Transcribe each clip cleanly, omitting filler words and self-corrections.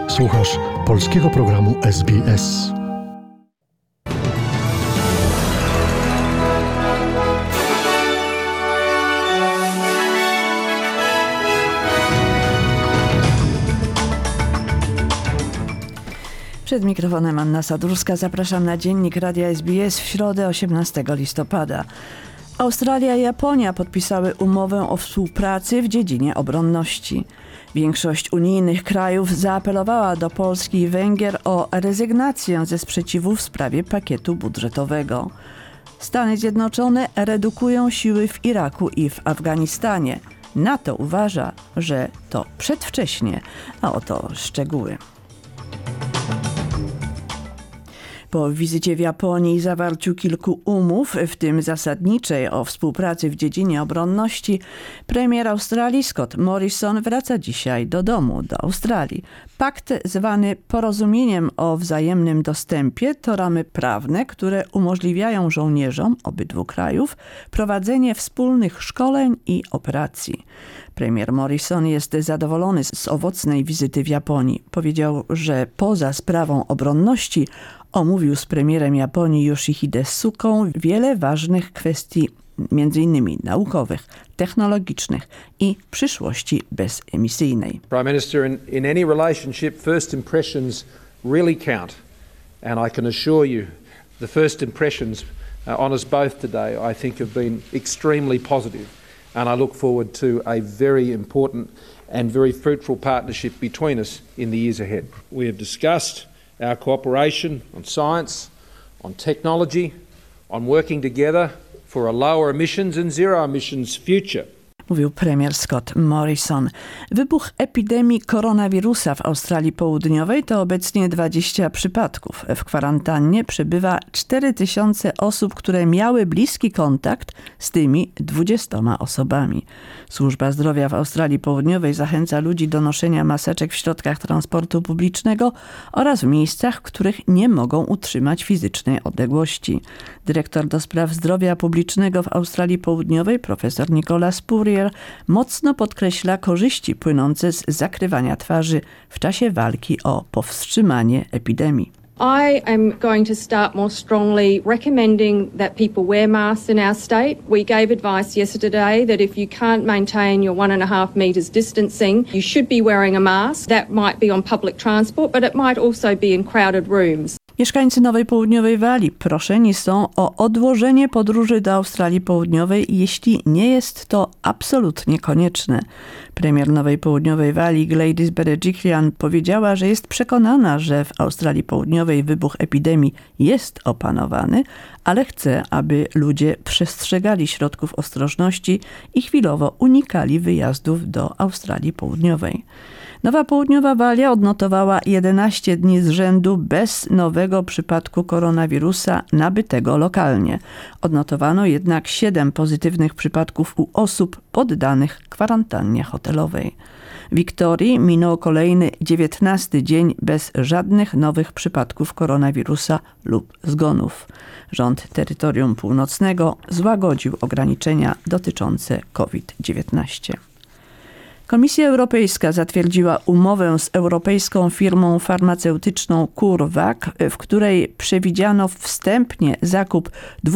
Słuchasz polskiego programu SBS. Przed mikrofonem Anna Sadurska. Zapraszam na dziennik Radia SBS w środę 18 listopada. Australia i Japonia podpisały umowę o współpracy w dziedzinie obronności. Większość unijnych krajów zaapelowała do Polski i Węgier o rezygnację ze sprzeciwu w sprawie pakietu budżetowego. Stany Zjednoczone redukują siły w Iraku i w Afganistanie. NATO uważa, że to przedwcześnie, a oto szczegóły. Po wizycie w Japonii i zawarciu kilku umów, w tym zasadniczej o współpracy w dziedzinie obronności, premier Australii Scott Morrison wraca dzisiaj do domu, do Australii. Pakt zwany porozumieniem o wzajemnym dostępie to ramy prawne, które umożliwiają żołnierzom obydwu krajów prowadzenie wspólnych szkoleń i operacji. Premier Morrison jest zadowolony z owocnej wizyty w Japonii. Powiedział, że poza sprawą obronności omówił z premierem Japonii Yoshihide Suką wiele ważnych kwestii, m.in. naukowych, technologicznych i przyszłości bezemisyjnej. Prime Minister, in any relationship, first impressions really count. And I can assure you, the first impressions on us both today, I think, have been extremely positive. And I look forward to a very important and very fruitful partnership between us in the years ahead. We have discussed our cooperation on science, on technology, on working together for a lower emissions and zero emissions future. Mówił premier Scott Morrison. Wybuch epidemii koronawirusa w Australii Południowej to obecnie 20 przypadków. W kwarantannie przebywa 4000 osób, które miały bliski kontakt z tymi 20 osobami. Służba zdrowia w Australii Południowej zachęca ludzi do noszenia maseczek w środkach transportu publicznego oraz w miejscach, w których nie mogą utrzymać fizycznej odległości. Dyrektor do spraw zdrowia publicznego w Australii Południowej, profesor Nicholas Purrier, mocno podkreśla korzyści płynące z zakrywania twarzy w czasie walki o powstrzymanie epidemii. I am going to start more strongly recommending that people wear masks in our state. We gave advice yesterday that if you can't maintain your 1.5 meters distancing, you should be wearing a mask. That might be on public transport, but it might also be in crowded rooms. Mieszkańcy Nowej Południowej Walii proszeni są o odłożenie podróży do Australii Południowej, jeśli nie jest to absolutnie konieczne. Premier Nowej Południowej Walii Gladys Berejiklian powiedziała, że jest przekonana, że w Australii Południowej wybuch epidemii jest opanowany, ale chce, aby ludzie przestrzegali środków ostrożności i chwilowo unikali wyjazdów do Australii Południowej. Nowa Południowa Walia odnotowała 11 dni z rzędu bez nowego przypadku koronawirusa nabytego lokalnie. Odnotowano jednak 7 pozytywnych przypadków u osób poddanych kwarantannie hotelowej. Wiktorii minął kolejny 19 dzień bez żadnych nowych przypadków koronawirusa lub zgonów. Rząd terytorium północnego złagodził ograniczenia dotyczące COVID-19. Komisja Europejska zatwierdziła umowę z europejską firmą farmaceutyczną CureVac, w której przewidziano wstępnie zakup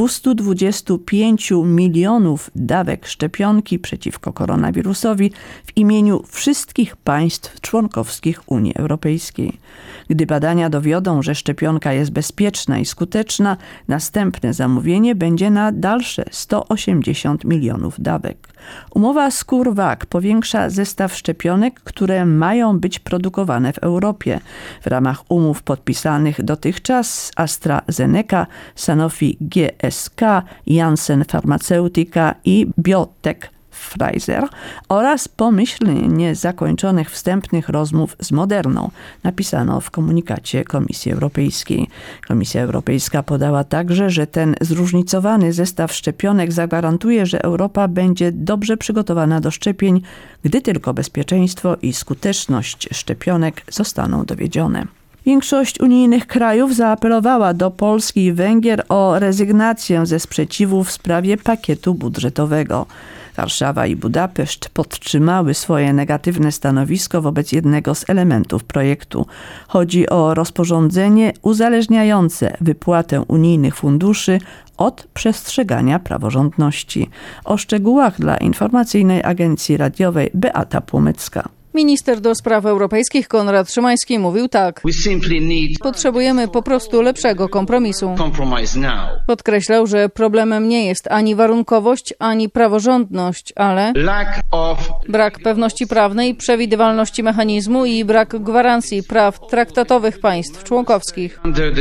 225 milionów dawek szczepionki przeciwko koronawirusowi w imieniu wszystkich państw członkowskich Unii Europejskiej. Gdy badania dowiodą, że szczepionka jest bezpieczna i skuteczna, następne zamówienie będzie na dalsze 180 milionów dawek. Umowa z CureVac powiększa zestaw szczepionek, które mają być produkowane w Europie. W ramach umów podpisanych dotychczas z AstraZeneca, Sanofi GSK, Janssen Pharmaceutica i Biotech Pfizer oraz pomyślnie zakończonych wstępnych rozmów z Moderną, napisano w komunikacie Komisji Europejskiej. Komisja Europejska podała także, że ten zróżnicowany zestaw szczepionek zagwarantuje, że Europa będzie dobrze przygotowana do szczepień, gdy tylko bezpieczeństwo i skuteczność szczepionek zostaną dowiedzione. Większość unijnych krajów zaapelowała do Polski i Węgier o rezygnację ze sprzeciwu w sprawie pakietu budżetowego. Warszawa i Budapeszt podtrzymały swoje negatywne stanowisko wobec jednego z elementów projektu. Chodzi o rozporządzenie uzależniające wypłatę unijnych funduszy od przestrzegania praworządności. O szczegółach dla Informacyjnej Agencji Radiowej Beata Płomecka. Minister do spraw europejskich Konrad Szymański mówił tak: potrzebujemy po prostu lepszego kompromisu. Podkreślał, że problemem nie jest ani warunkowość, ani praworządność, ale brak pewności prawnej, przewidywalności mechanizmu i brak gwarancji praw traktatowych państw członkowskich.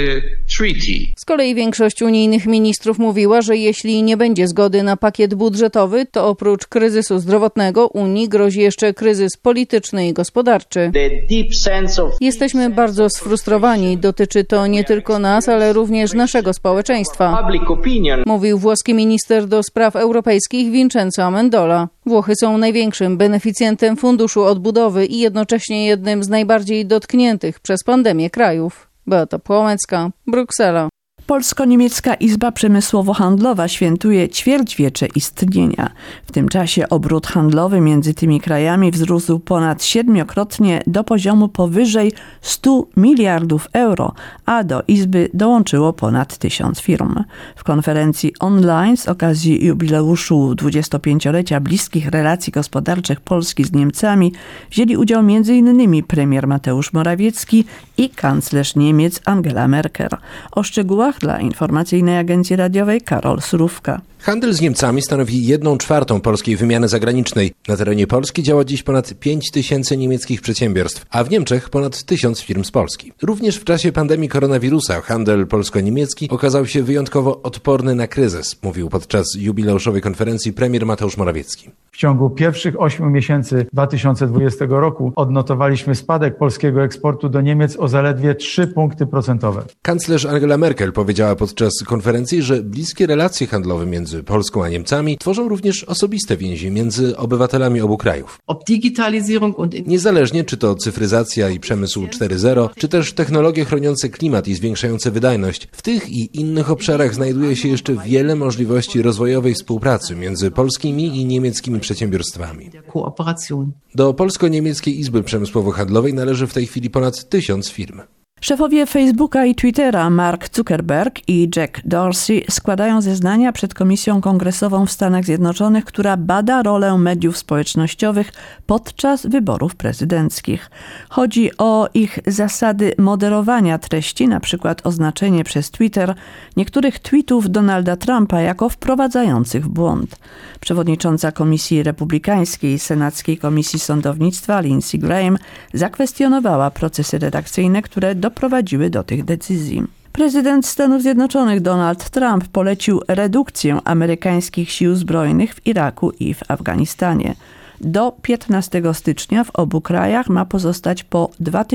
Z kolei większość unijnych ministrów mówiła, że jeśli nie będzie zgody na pakiet budżetowy, to oprócz kryzysu zdrowotnego Unii grozi jeszcze kryzys polityczny i gospodarczy. Jesteśmy bardzo sfrustrowani. Dotyczy to nie tylko nas, ale również naszego społeczeństwa, mówił włoski minister do spraw europejskich Vincenzo Amendola. Włochy są największym beneficjentem Funduszu Odbudowy i jednocześnie jednym z najbardziej dotkniętych przez pandemię krajów. Beata Płomecka, Bruksela. Polsko-niemiecka Izba Przemysłowo-Handlowa świętuje ćwierćwiecze istnienia. W tym czasie obrót handlowy między tymi krajami wzrósł ponad 7-krotnie do poziomu powyżej 100 miliardów euro, a do Izby dołączyło ponad 1000 firm. W konferencji online z okazji jubileuszu 25-lecia bliskich relacji gospodarczych Polski z Niemcami wzięli udział m.in. premier Mateusz Morawiecki i kanclerz Niemiec Angela Merkel. O szczegółach dla Informacyjnej Agencji Radiowej Karol Surówka. Handel z Niemcami stanowi 1/4 polskiej wymiany zagranicznej. Na terenie Polski działa dziś ponad 5000 niemieckich przedsiębiorstw, a w Niemczech ponad 1000 firm z Polski. Również w czasie pandemii koronawirusa handel polsko-niemiecki okazał się wyjątkowo odporny na kryzys, mówił podczas jubileuszowej konferencji premier Mateusz Morawiecki. W ciągu pierwszych 8 miesięcy 2020 roku odnotowaliśmy spadek polskiego eksportu do Niemiec o zaledwie 3 punkty procentowe. Kanclerz Angela Merkel powiedziała podczas konferencji, że bliskie relacje handlowe między Polską a Niemcami tworzą również osobiste więzi między obywatelami obu krajów. Niezależnie czy to cyfryzacja i przemysł 4.0, czy też technologie chroniące klimat i zwiększające wydajność, w tych i innych obszarach znajduje się jeszcze wiele możliwości rozwojowej współpracy między polskimi i niemieckimi przedsiębiorstwami. Do Polsko-Niemieckiej Izby Przemysłowo-Handlowej należy w tej chwili ponad 1000 firm. Szefowie Facebooka i Twittera Mark Zuckerberg i Jack Dorsey składają zeznania przed Komisją Kongresową w Stanach Zjednoczonych, która bada rolę mediów społecznościowych podczas wyborów prezydenckich. Chodzi o ich zasady moderowania treści, na przykład oznaczenie przez Twitter niektórych tweetów Donalda Trumpa jako wprowadzających w błąd. Przewodnicząca Komisji Republikańskiej Senackiej Komisji Sądownictwa Lindsey Graham zakwestionowała procesy redakcyjne, które doprowadziły do tych decyzji. Prezydent Stanów Zjednoczonych Donald Trump polecił redukcję amerykańskich sił zbrojnych w Iraku i w Afganistanie. Do 15 stycznia w obu krajach ma pozostać po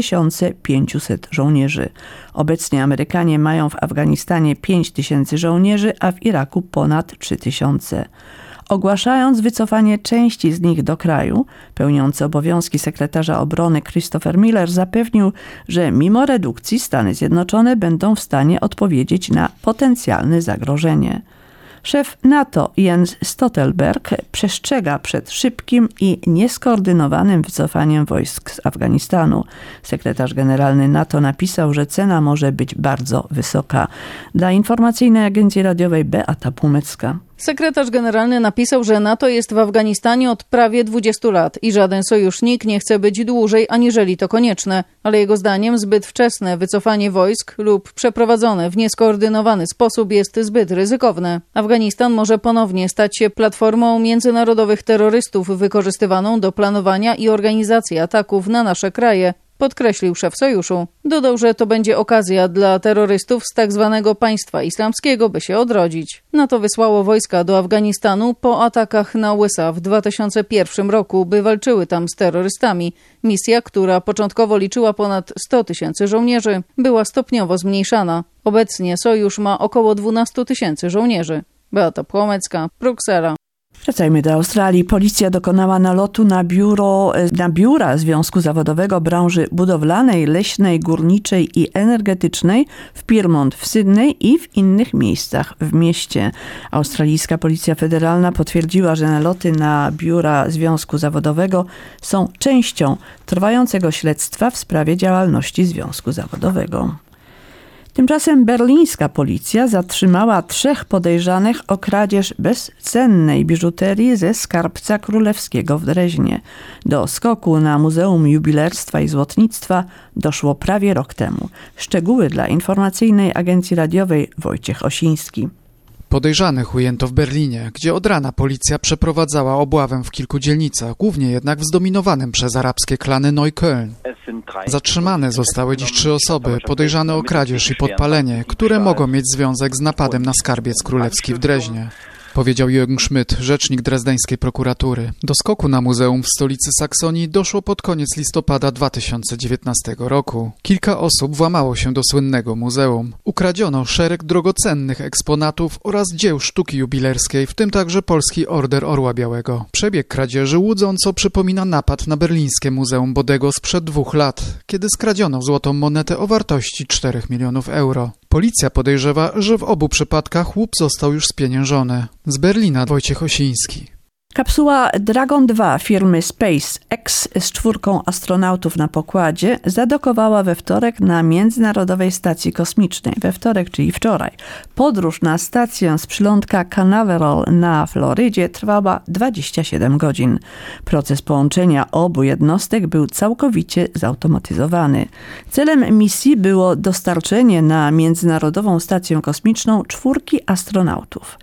2500 żołnierzy. Obecnie Amerykanie mają w Afganistanie 5000 żołnierzy, a w Iraku ponad 3000. Ogłaszając wycofanie części z nich do kraju, pełniący obowiązki sekretarza obrony Christopher Miller zapewnił, że mimo redukcji Stany Zjednoczone będą w stanie odpowiedzieć na potencjalne zagrożenie. Szef NATO Jens Stoltenberg przestrzega przed szybkim i nieskoordynowanym wycofaniem wojsk z Afganistanu. Sekretarz generalny NATO napisał, że cena może być bardzo wysoka. Dla Informacyjnej Agencji Radiowej Beata Płomecka. Sekretarz generalny napisał, że NATO jest w Afganistanie od prawie 20 lat i żaden sojusznik nie chce być dłużej, aniżeli to konieczne, ale jego zdaniem zbyt wczesne wycofanie wojsk lub przeprowadzone w nieskoordynowany sposób jest zbyt ryzykowne. Afganistan może ponownie stać się platformą międzynarodowych terrorystów wykorzystywaną do planowania i organizacji ataków na nasze kraje, podkreślił szef sojuszu. Dodał, że to będzie okazja dla terrorystów z tzw. państwa islamskiego, by się odrodzić. NATO wysłało wojska do Afganistanu po atakach na USA w 2001 roku, by walczyły tam z terrorystami. Misja, która początkowo liczyła ponad 100 000 żołnierzy, była stopniowo zmniejszana. Obecnie sojusz ma około 12 000 żołnierzy. Beata Płomecka, Bruksela. Wracajmy do Australii. Policja dokonała nalotu na biura Związku Zawodowego Branży Budowlanej, Leśnej, Górniczej i Energetycznej w Pyrmont w Sydney i w innych miejscach w mieście. Australijska Policja Federalna potwierdziła, że naloty na biura Związku Zawodowego są częścią trwającego śledztwa w sprawie działalności Związku Zawodowego. Tymczasem berlińska policja zatrzymała 3 podejrzanych o kradzież bezcennej biżuterii ze skarbca królewskiego w Dreźnie. Do skoku na Muzeum Jubilerstwa i Złotnictwa doszło prawie rok temu. Szczegóły dla informacyjnej agencji radiowej Wojciech Osiński. Podejrzanych ujęto w Berlinie, gdzie od rana policja przeprowadzała obławę w kilku dzielnicach, głównie jednak w zdominowanym przez arabskie klany Neukölln. Zatrzymane zostały dziś 3 osoby podejrzane o kradzież i podpalenie, które mogą mieć związek z napadem na skarbiec królewski w Dreźnie. Powiedział Jürgen Schmidt, rzecznik drezdeńskiej prokuratury. Do skoku na muzeum w stolicy Saksonii doszło pod koniec listopada 2019 roku. Kilka osób włamało się do słynnego muzeum. Ukradziono szereg drogocennych eksponatów oraz dzieł sztuki jubilerskiej, w tym także polski Order Orła Białego. Przebieg kradzieży łudząco przypomina napad na berlińskie Muzeum Bodego sprzed 2 lat, kiedy skradziono złotą monetę o wartości 4 milionów euro. Policja podejrzewa, że w obu przypadkach łup został już spieniężony. Z Berlina Wojciech Osiński. Kapsuła Dragon 2 firmy SpaceX z 4 astronautów na pokładzie zadokowała we wtorek na Międzynarodowej Stacji Kosmicznej. We wtorek, czyli wczoraj. Podróż na stację z przylądka Canaveral na Florydzie trwała 27 godzin. Proces połączenia obu jednostek był całkowicie zautomatyzowany. Celem misji było dostarczenie na Międzynarodową Stację Kosmiczną 4 astronautów.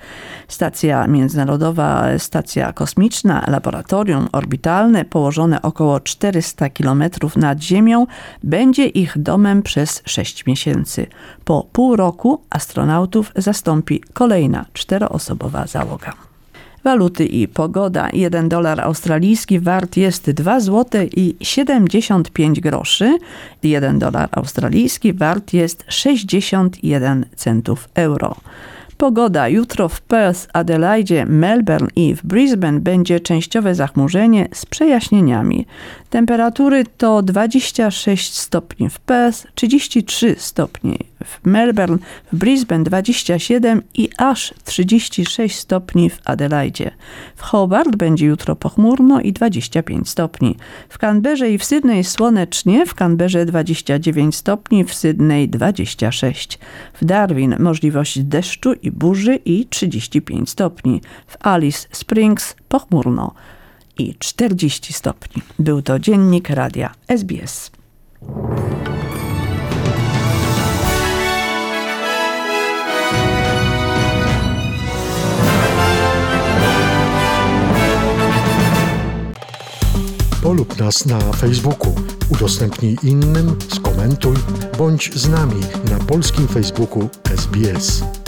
Stacja kosmiczna, laboratorium orbitalne położone około 400 km nad Ziemią będzie ich domem przez 6 miesięcy. Po pół roku astronautów zastąpi kolejna 4-osobowa załoga. Waluty i pogoda. $1 australijski wart jest 2 zł i 75 groszy. $1 australijski wart jest 61 centów euro. Pogoda. Jutro w Perth, Adelaide, Melbourne i w Brisbane będzie częściowe zachmurzenie z przejaśnieniami. Temperatury to 26 stopni w Perth, 33 stopnie w Melbourne, w Brisbane 27 i aż 36 stopni w Adelaide. W Hobart będzie jutro pochmurno i 25 stopni. W Canberrze i w Sydney słonecznie, w Canberrze 29 stopni, w Sydney 26. W Darwin możliwość deszczu i burzy i 35 stopni. W Alice Springs pochmurno i 40 stopni. Był to dziennik radia SBS. Polub nas na Facebooku, udostępnij innym, skomentuj, bądź z nami na polskim Facebooku SBS.